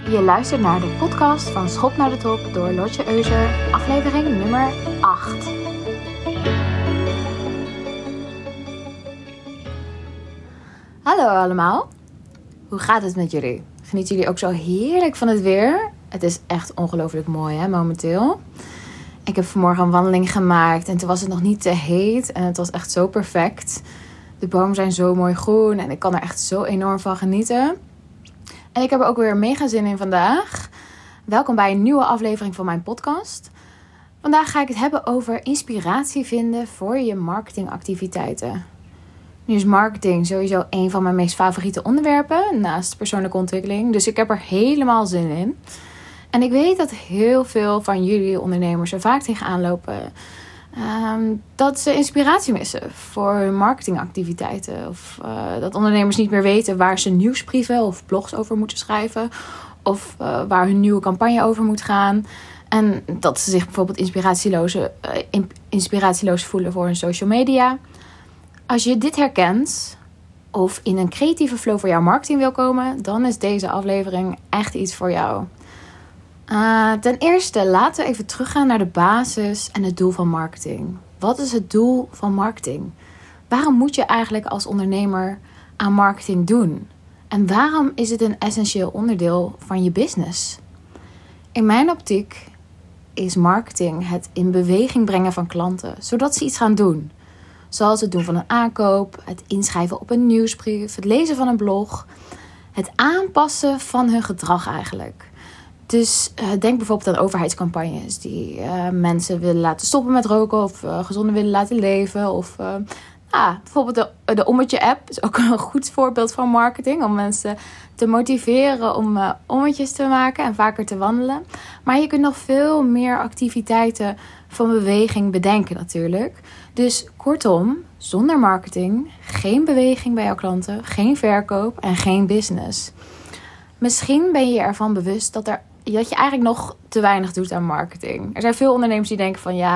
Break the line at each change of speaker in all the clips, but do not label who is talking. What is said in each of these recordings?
Je luistert naar de podcast van Schop naar de Top door Lotje Euser, aflevering nummer 8. Hallo allemaal, hoe gaat het met jullie? Genieten jullie ook zo heerlijk van het weer? Het is echt ongelooflijk mooi hè, momenteel. Ik heb vanmorgen een wandeling gemaakt en toen was het nog niet te heet en het was echt zo perfect. De bomen zijn zo mooi groen en ik kan er echt zo enorm van genieten. En ik heb er ook weer mega zin in vandaag. Welkom bij een nieuwe aflevering van mijn podcast. Vandaag ga ik het hebben over inspiratie vinden voor je marketingactiviteiten. Nu is marketing sowieso een van mijn meest favoriete onderwerpen naast persoonlijke ontwikkeling. Dus ik heb er helemaal zin in. En ik weet dat heel veel van jullie ondernemers er vaak tegenaan lopen. Dat ze inspiratie missen voor hun marketingactiviteiten. Of dat ondernemers niet meer weten waar ze nieuwsbrieven of blogs over moeten schrijven. Of waar hun nieuwe campagne over moet gaan. En dat ze zich bijvoorbeeld inspiratieloos voelen voor hun social media. Als je dit herkent of in een creatieve flow voor jouw marketing wil komen, dan is deze aflevering echt iets voor jou. Ten eerste, laten we even teruggaan naar de basis en het doel van marketing. Wat is het doel van marketing? Waarom moet je eigenlijk als ondernemer aan marketing doen? En waarom is het een essentieel onderdeel van je business? In mijn optiek is marketing het in beweging brengen van klanten, zodat ze iets gaan doen. Zoals het doen van een aankoop, het inschrijven op een nieuwsbrief, het lezen van een blog. Het aanpassen van hun gedrag eigenlijk. Dus denk bijvoorbeeld aan overheidscampagnes die mensen willen laten stoppen met roken of gezonder willen laten leven. Of bijvoorbeeld de Ommetje-app is ook een goed voorbeeld van marketing. Om mensen te motiveren om ommetjes te maken en vaker te wandelen. Maar je kunt nog veel meer activiteiten van beweging bedenken natuurlijk. Dus kortom, zonder marketing, geen beweging bij jouw klanten, geen verkoop en geen business. Misschien ben je ervan bewust dat je eigenlijk nog te weinig doet aan marketing. Er zijn veel ondernemers die denken van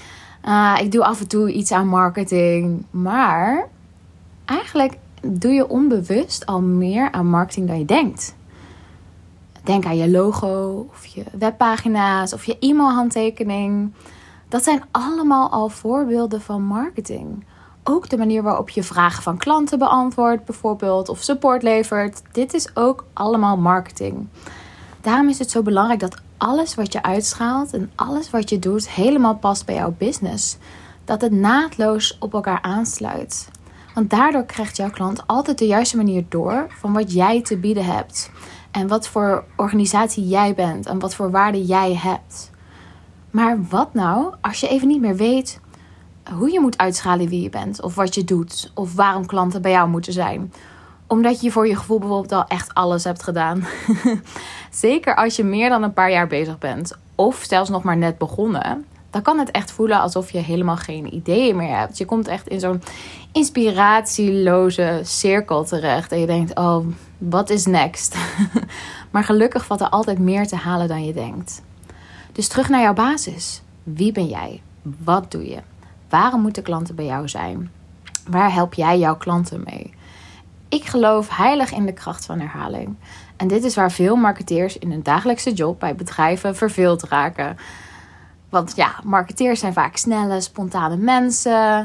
ik doe af en toe iets aan marketing. Maar eigenlijk doe je onbewust al meer aan marketing dan je denkt. Denk aan je logo of je webpagina's of je e-mailhandtekening. Dat zijn allemaal al voorbeelden van marketing. Ook de manier waarop je vragen van klanten beantwoordt bijvoorbeeld of support levert. Dit is ook allemaal marketing. Daarom is het zo belangrijk dat alles wat je uitstraalt en alles wat je doet helemaal past bij jouw business. Dat het naadloos op elkaar aansluit. Want daardoor krijgt jouw klant altijd de juiste manier door van wat jij te bieden hebt. En wat voor organisatie jij bent en wat voor waarde jij hebt. Maar wat nou als je even niet meer weet hoe je moet uitschalen wie je bent of wat je doet of waarom klanten bij jou moeten zijn? Omdat je voor je gevoel bijvoorbeeld al echt alles hebt gedaan. Zeker als je meer dan een paar jaar bezig bent of zelfs nog maar net begonnen. Dan kan het echt voelen alsof je helemaal geen ideeën meer hebt. Je komt echt in zo'n inspiratieloze cirkel terecht. En je denkt, oh, wat is next? Maar gelukkig valt er altijd meer te halen dan je denkt. Dus terug naar jouw basis. Wie ben jij? Wat doe je? Waarom moeten klanten bij jou zijn? Waar help jij jouw klanten mee? Ik geloof heilig in de kracht van herhaling. En dit is waar veel marketeers in hun dagelijkse job bij bedrijven verveeld raken. Want marketeers zijn vaak snelle, spontane mensen.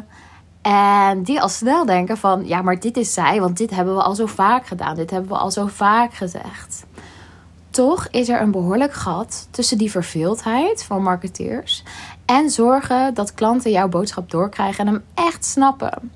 En die al snel denken van, maar dit is zij, want dit hebben we al zo vaak gedaan. Dit hebben we al zo vaak gezegd. Toch is er een behoorlijk gat tussen die verveeldheid van marketeers en zorgen dat klanten jouw boodschap doorkrijgen en hem echt snappen.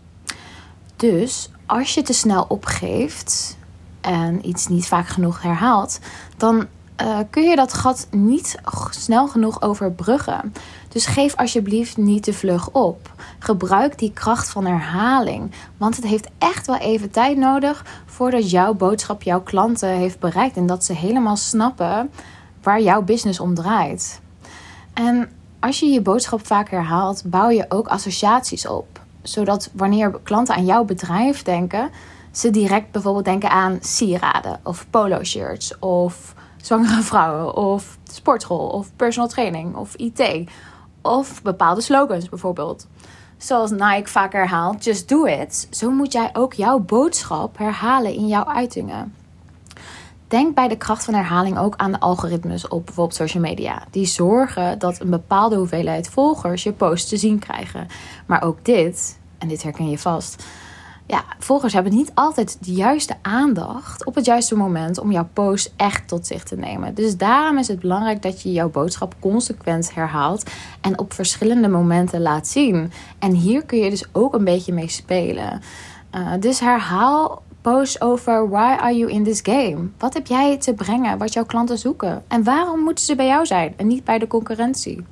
Dus als je te snel opgeeft en iets niet vaak genoeg herhaalt, dan kun je dat gat niet snel genoeg overbruggen. Dus geef alsjeblieft niet te vlug op. Gebruik die kracht van herhaling. Want het heeft echt wel even tijd nodig voordat jouw boodschap jouw klanten heeft bereikt. En dat ze helemaal snappen waar jouw business om draait. En als je je boodschap vaak herhaalt, bouw je ook associaties op. Zodat wanneer klanten aan jouw bedrijf denken, ze direct bijvoorbeeld denken aan sieraden of polo shirts of zwangere vrouwen of sportschool of personal training of IT. Of bepaalde slogans bijvoorbeeld. Zoals Nike vaak herhaalt, just do it. Zo moet jij ook jouw boodschap herhalen in jouw uitingen. Denk bij de kracht van herhaling ook aan de algoritmes op bijvoorbeeld social media. Die zorgen dat een bepaalde hoeveelheid volgers je post te zien krijgen. Maar ook dit, en dit herken je vast. Ja, volgers hebben niet altijd de juiste aandacht op het juiste moment om jouw post echt tot zich te nemen. Dus daarom is het belangrijk dat je jouw boodschap consequent herhaalt en op verschillende momenten laat zien. En hier kun je dus ook een beetje mee spelen. Dus herhaal posts over why are you in this game? Wat heb jij te brengen wat jouw klanten zoeken? En waarom moeten ze bij jou zijn en niet bij de concurrentie?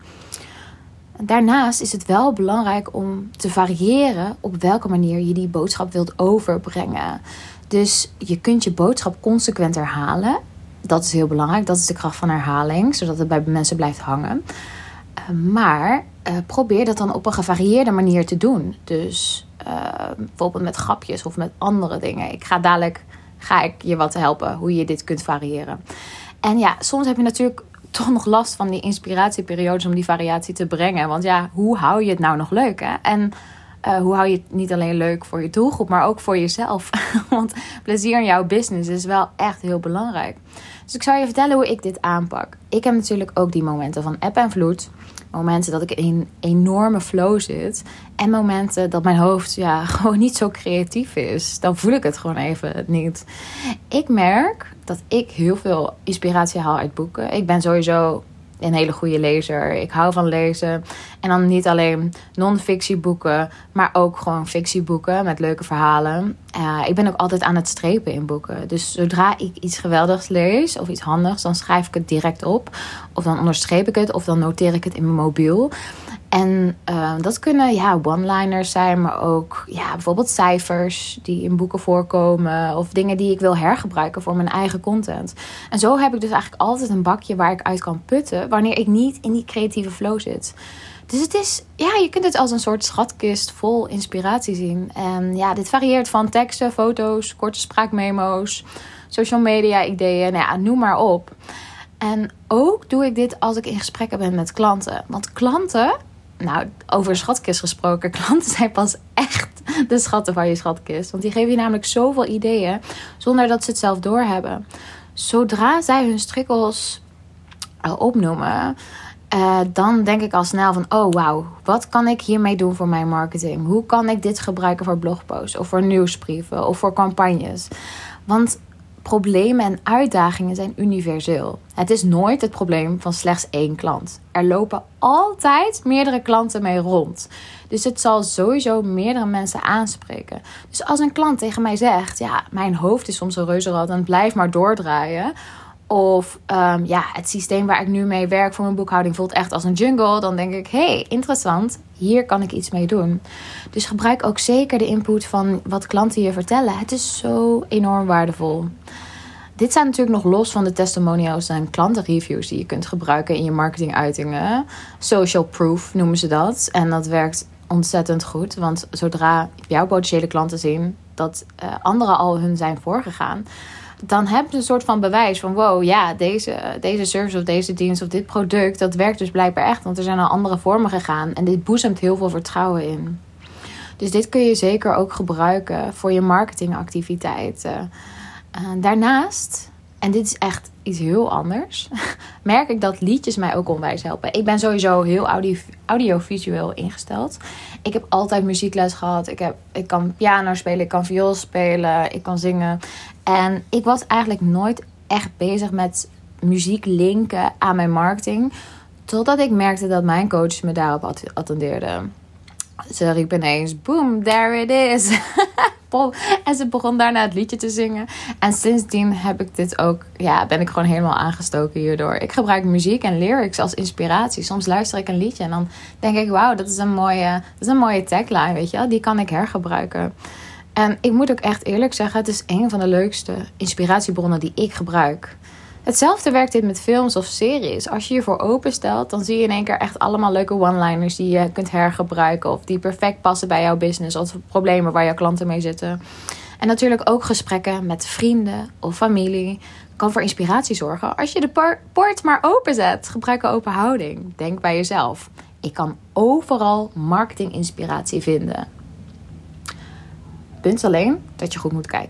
Daarnaast is het wel belangrijk om te variëren op welke manier je die boodschap wilt overbrengen. Dus je kunt je boodschap consequent herhalen. Dat is heel belangrijk. Dat is de kracht van herhaling, zodat het bij mensen blijft hangen. Maar probeer dat dan op een gevarieerde manier te doen. Dus bijvoorbeeld met grapjes of met andere dingen. Ga ik je wat helpen hoe je dit kunt variëren. En ja, soms heb je natuurlijk toch nog last van die inspiratieperiodes om die variatie te brengen. Want ja, hoe hou je het nou nog leuk? Hè? En hoe hou je het niet alleen leuk voor je doelgroep, maar ook voor jezelf? Want plezier in jouw business is wel echt heel belangrijk. Dus ik zal je vertellen hoe ik dit aanpak. Ik heb natuurlijk ook die momenten van eb en vloed. Momenten dat ik in een enorme flow zit. En momenten dat mijn hoofd gewoon niet zo creatief is. Dan voel ik het gewoon even niet. Ik merk dat ik heel veel inspiratie haal uit boeken. Ik ben sowieso een hele goede lezer. Ik hou van lezen. En dan niet alleen non-fictieboeken, maar ook gewoon fictieboeken met leuke verhalen. Ik ben ook altijd aan het strepen in boeken. Dus zodra ik iets geweldigs lees of iets handigs, dan schrijf ik het direct op. Of dan onderstreep ik het of dan noteer ik het in mijn mobiel. En dat kunnen one-liners zijn, maar ook bijvoorbeeld cijfers die in boeken voorkomen. Of dingen die ik wil hergebruiken voor mijn eigen content. En zo heb ik dus eigenlijk altijd een bakje waar ik uit kan putten wanneer ik niet in die creatieve flow zit. Dus het is, je kunt het als een soort schatkist vol inspiratie zien. En dit varieert van teksten, foto's, korte spraakmemo's, social media ideeën, noem maar op. En ook doe ik dit als ik in gesprekken ben met klanten. Want klanten, over schatkist gesproken, klanten zijn pas echt de schatten van je schatkist. Want die geven je namelijk zoveel ideeën zonder dat ze het zelf doorhebben. Zodra zij hun strikkels opnoemen, dan denk ik al snel van, oh wauw, wat kan ik hiermee doen voor mijn marketing? Hoe kan ik dit gebruiken voor blogposts of voor nieuwsbrieven of voor campagnes? Want problemen en uitdagingen zijn universeel. Het is nooit het probleem van slechts één klant. Er lopen altijd meerdere klanten mee rond. Dus het zal sowieso meerdere mensen aanspreken. Dus als een klant tegen mij zegt, mijn hoofd is soms een reuzenrad en blijf maar doordraaien. Of het systeem waar ik nu mee werk voor mijn boekhouding voelt echt als een jungle. Dan denk ik, hey, interessant. Hier kan ik iets mee doen. Dus gebruik ook zeker de input van wat klanten je vertellen. Het is zo enorm waardevol. Dit staat natuurlijk nog los van de testimonials en klantenreviews die je kunt gebruiken in je marketinguitingen. Social proof noemen ze dat. En dat werkt ontzettend goed. Want zodra jouw potentiële klanten zien dat anderen al hun zijn voorgegaan, dan heb je een soort van bewijs van wow, deze service of deze dienst of dit product, dat werkt dus blijkbaar echt. Want er zijn al andere vormen gegaan en dit boezemt heel veel vertrouwen in. Dus dit kun je zeker ook gebruiken voor je marketingactiviteiten. Daarnaast, en dit is echt iets heel anders, merk ik dat liedjes mij ook onwijs helpen. Ik ben sowieso heel audiovisueel ingesteld. Ik heb altijd muziekles gehad. Ik kan piano spelen, ik kan viool spelen, ik kan zingen. En ik was eigenlijk nooit echt bezig met muziek linken aan mijn marketing. Totdat ik merkte dat mijn coach me daarop attendeerde. Ze riep ineens, boom, there it is. En ze begon daarna het liedje te zingen. En sindsdien heb ik dit ook, ben ik gewoon helemaal aangestoken hierdoor. Ik gebruik muziek en lyrics als inspiratie. Soms luister ik een liedje en dan denk ik, wauw, dat is een mooie tagline, weet je wel. Die kan ik hergebruiken. En ik moet ook echt eerlijk zeggen, het is een van de leukste inspiratiebronnen die ik gebruik. Hetzelfde werkt dit met films of series. Als je je voor openstelt, dan zie je in één keer echt allemaal leuke one-liners die je kunt hergebruiken. Of die perfect passen bij jouw business of problemen waar jouw klanten mee zitten. En natuurlijk ook gesprekken met vrienden of familie kan voor inspiratie zorgen. Als je de poort maar openzet, gebruik een open houding. Denk bij jezelf. Ik kan overal marketinginspiratie vinden. Punt alleen dat je goed moet kijken.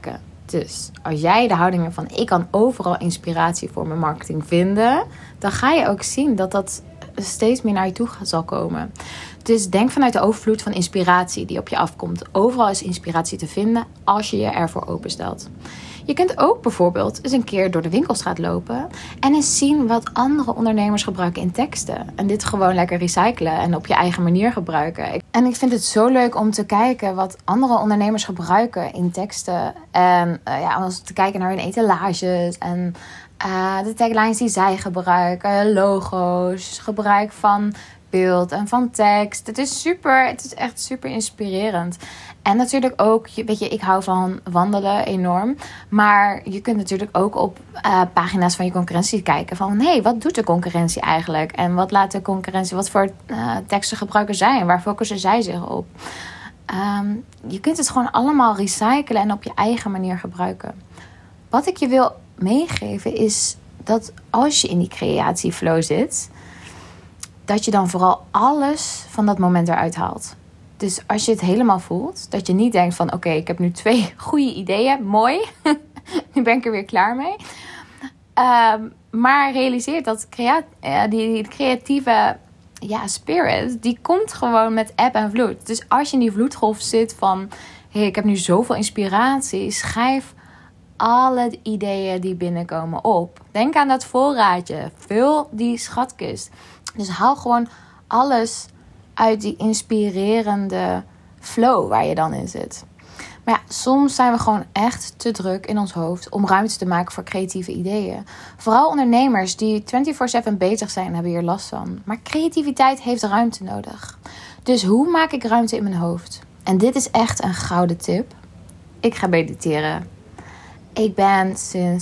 Dus als jij de houding hebt van ik kan overal inspiratie voor mijn marketing vinden, dan ga je ook zien dat dat steeds meer naar je toe zal komen. Dus denk vanuit de overvloed van inspiratie die op je afkomt. Overal is inspiratie te vinden als je je ervoor openstelt. Je kunt ook bijvoorbeeld eens een keer door de winkelstraat lopen en eens zien wat andere ondernemers gebruiken in teksten. En dit gewoon lekker recyclen en op je eigen manier gebruiken. En ik vind het zo leuk om te kijken wat andere ondernemers gebruiken in teksten. En als te kijken naar hun etalages en de taglines die zij gebruiken, logo's, gebruik van beeld en van tekst. Het is echt super inspirerend. En natuurlijk ook, weet je, ik hou van wandelen enorm. Maar je kunt natuurlijk ook op pagina's van je concurrentie kijken van hé, wat doet de concurrentie eigenlijk? En wat laat de concurrentie, wat voor teksten gebruiken zij en waar focussen zij zich op? Je kunt het gewoon allemaal recyclen en op je eigen manier gebruiken. Wat ik je wil meegeven is dat als je in die creatieflow zit, dat je dan vooral alles van dat moment eruit haalt. Dus als je het helemaal voelt, dat je niet denkt van oké, ik heb nu 2 goede ideeën, mooi, nu ben ik er weer klaar mee. Maar realiseer dat die creatieve spirit, die komt gewoon met eb en vloed. Dus als je in die vloedgolf zit van hey, ik heb nu zoveel inspiratie, schrijf alle ideeën die binnenkomen op. Denk aan dat voorraadje, vul die schatkist. Dus haal gewoon alles uit die inspirerende flow waar je dan in zit. Maar ja, soms zijn we gewoon echt te druk in ons hoofd om ruimte te maken voor creatieve ideeën. Vooral ondernemers die 24/7 bezig zijn, hebben hier last van. Maar creativiteit heeft ruimte nodig. Dus hoe maak ik ruimte in mijn hoofd? En dit is echt een gouden tip. Ik ga mediteren. Ik ben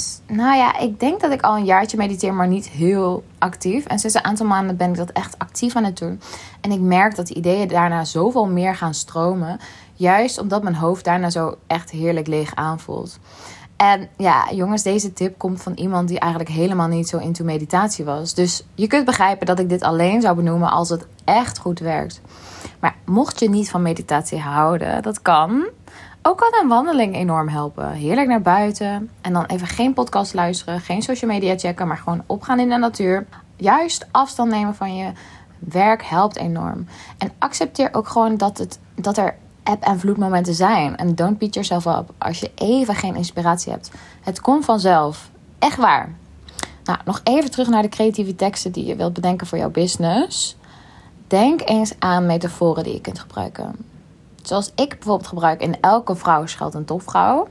ik denk dat ik al een jaartje mediteer, maar niet heel actief. En sinds een aantal maanden ben ik dat echt actief aan het doen. En ik merk dat de ideeën daarna zoveel meer gaan stromen. Juist omdat mijn hoofd daarna zo echt heerlijk leeg aanvoelt. En ja, jongens, deze tip komt van iemand die eigenlijk helemaal niet zo into meditatie was. Dus je kunt begrijpen dat ik dit alleen zou benoemen als het echt goed werkt. Maar mocht je niet van meditatie houden, dat kan. Ook kan een wandeling enorm helpen. Heerlijk naar buiten. En dan even geen podcast luisteren. Geen social media checken. Maar gewoon opgaan in de natuur. Juist afstand nemen van je werk helpt enorm. En accepteer ook gewoon dat er eb- en vloedmomenten zijn. En don't beat yourself up. Als je even geen inspiratie hebt. Het komt vanzelf. Echt waar. Nou, nog even terug naar de creatieve teksten die je wilt bedenken voor jouw business. Denk eens aan metaforen die je kunt gebruiken. Zoals ik bijvoorbeeld gebruik, in elke vrouw schuilt een topvrouw.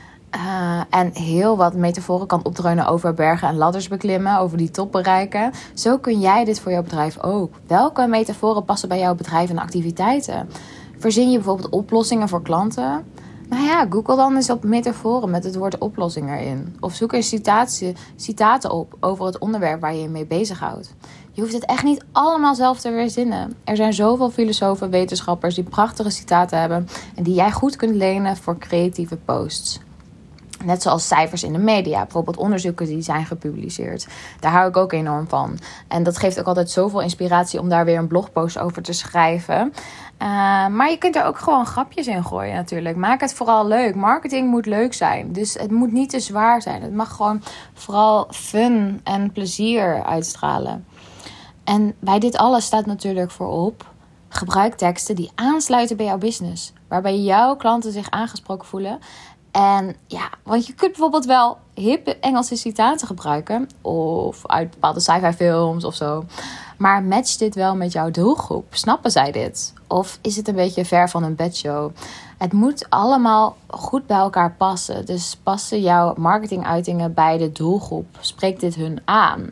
En heel wat metaforen kan opdreunen over bergen en ladders beklimmen, over die top bereiken. Zo kun jij dit voor jouw bedrijf ook. Welke metaforen passen bij jouw bedrijf en activiteiten? Verzin je bijvoorbeeld oplossingen voor klanten? Nou ja, Google dan eens op metaforen met het woord oplossing erin. Of zoek eens citaten op over het onderwerp waar je je mee bezighoudt. Je hoeft het echt niet allemaal zelf te verzinnen. Er zijn zoveel filosofen, wetenschappers die prachtige citaten hebben en die jij goed kunt lenen voor creatieve posts. Net zoals cijfers in de media, bijvoorbeeld onderzoeken die zijn gepubliceerd. Daar hou ik ook enorm van. En dat geeft ook altijd zoveel inspiratie om daar weer een blogpost over te schrijven. Maar je kunt er ook gewoon grapjes in gooien natuurlijk. Maak het vooral leuk. Marketing moet leuk zijn. Dus het moet niet te zwaar zijn. Het mag gewoon vooral fun en plezier uitstralen. En bij dit alles staat natuurlijk voorop: gebruik teksten die aansluiten bij jouw business. Waarbij jouw klanten zich aangesproken voelen. En ja, want je kunt bijvoorbeeld wel hippe Engelse citaten gebruiken. Of uit bepaalde sci-fi films of zo. Maar matcht dit wel met jouw doelgroep? Snappen zij dit? Of is het een beetje ver van een bedshow? Het moet allemaal goed bij elkaar passen. Dus passen jouw marketinguitingen bij de doelgroep? Spreekt dit hun aan?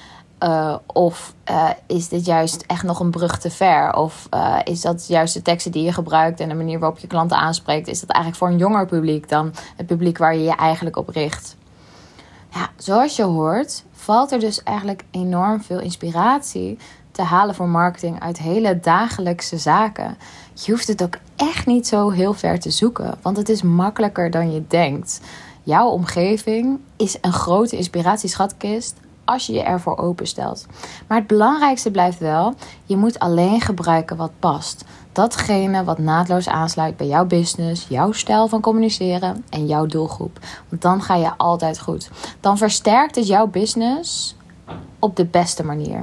Of is dit juist echt nog een brug te ver? Of is dat juist de teksten die je gebruikt en de manier waarop je klanten aanspreekt, is dat eigenlijk voor een jonger publiek dan het publiek waar je je eigenlijk op richt? Ja, zoals je hoort, valt er dus eigenlijk enorm veel inspiratie te halen voor marketing uit hele dagelijkse zaken. Je hoeft het ook echt niet zo heel ver te zoeken, want het is makkelijker dan je denkt. Jouw omgeving is een grote inspiratieschatkist als je je ervoor openstelt. Maar het belangrijkste blijft wel, je moet alleen gebruiken wat past. Datgene wat naadloos aansluit bij jouw business, jouw stijl van communiceren en jouw doelgroep. Want dan ga je altijd goed. Dan versterkt het jouw business op de beste manier.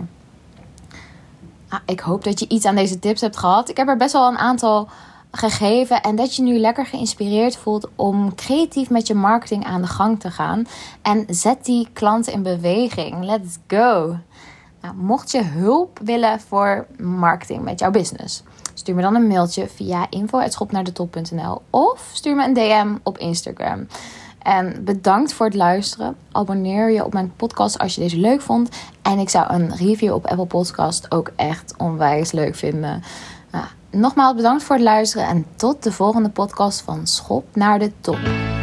Ik hoop dat je iets aan deze tips hebt gehad. Ik heb er best wel een aantal gegeven en dat je nu lekker geïnspireerd voelt om creatief met je marketing aan de gang te gaan. En zet die klanten in beweging. Let's go! Nou, mocht je hulp willen voor marketing met jouw business, stuur me dan een mailtje via info@schopnaardetop.nl of stuur me een DM op Instagram. En bedankt voor het luisteren. Abonneer je op mijn podcast als je deze leuk vond. En ik zou een review op Apple Podcast ook echt onwijs leuk vinden. Nogmaals bedankt voor het luisteren en tot de volgende podcast van Schop naar de Top.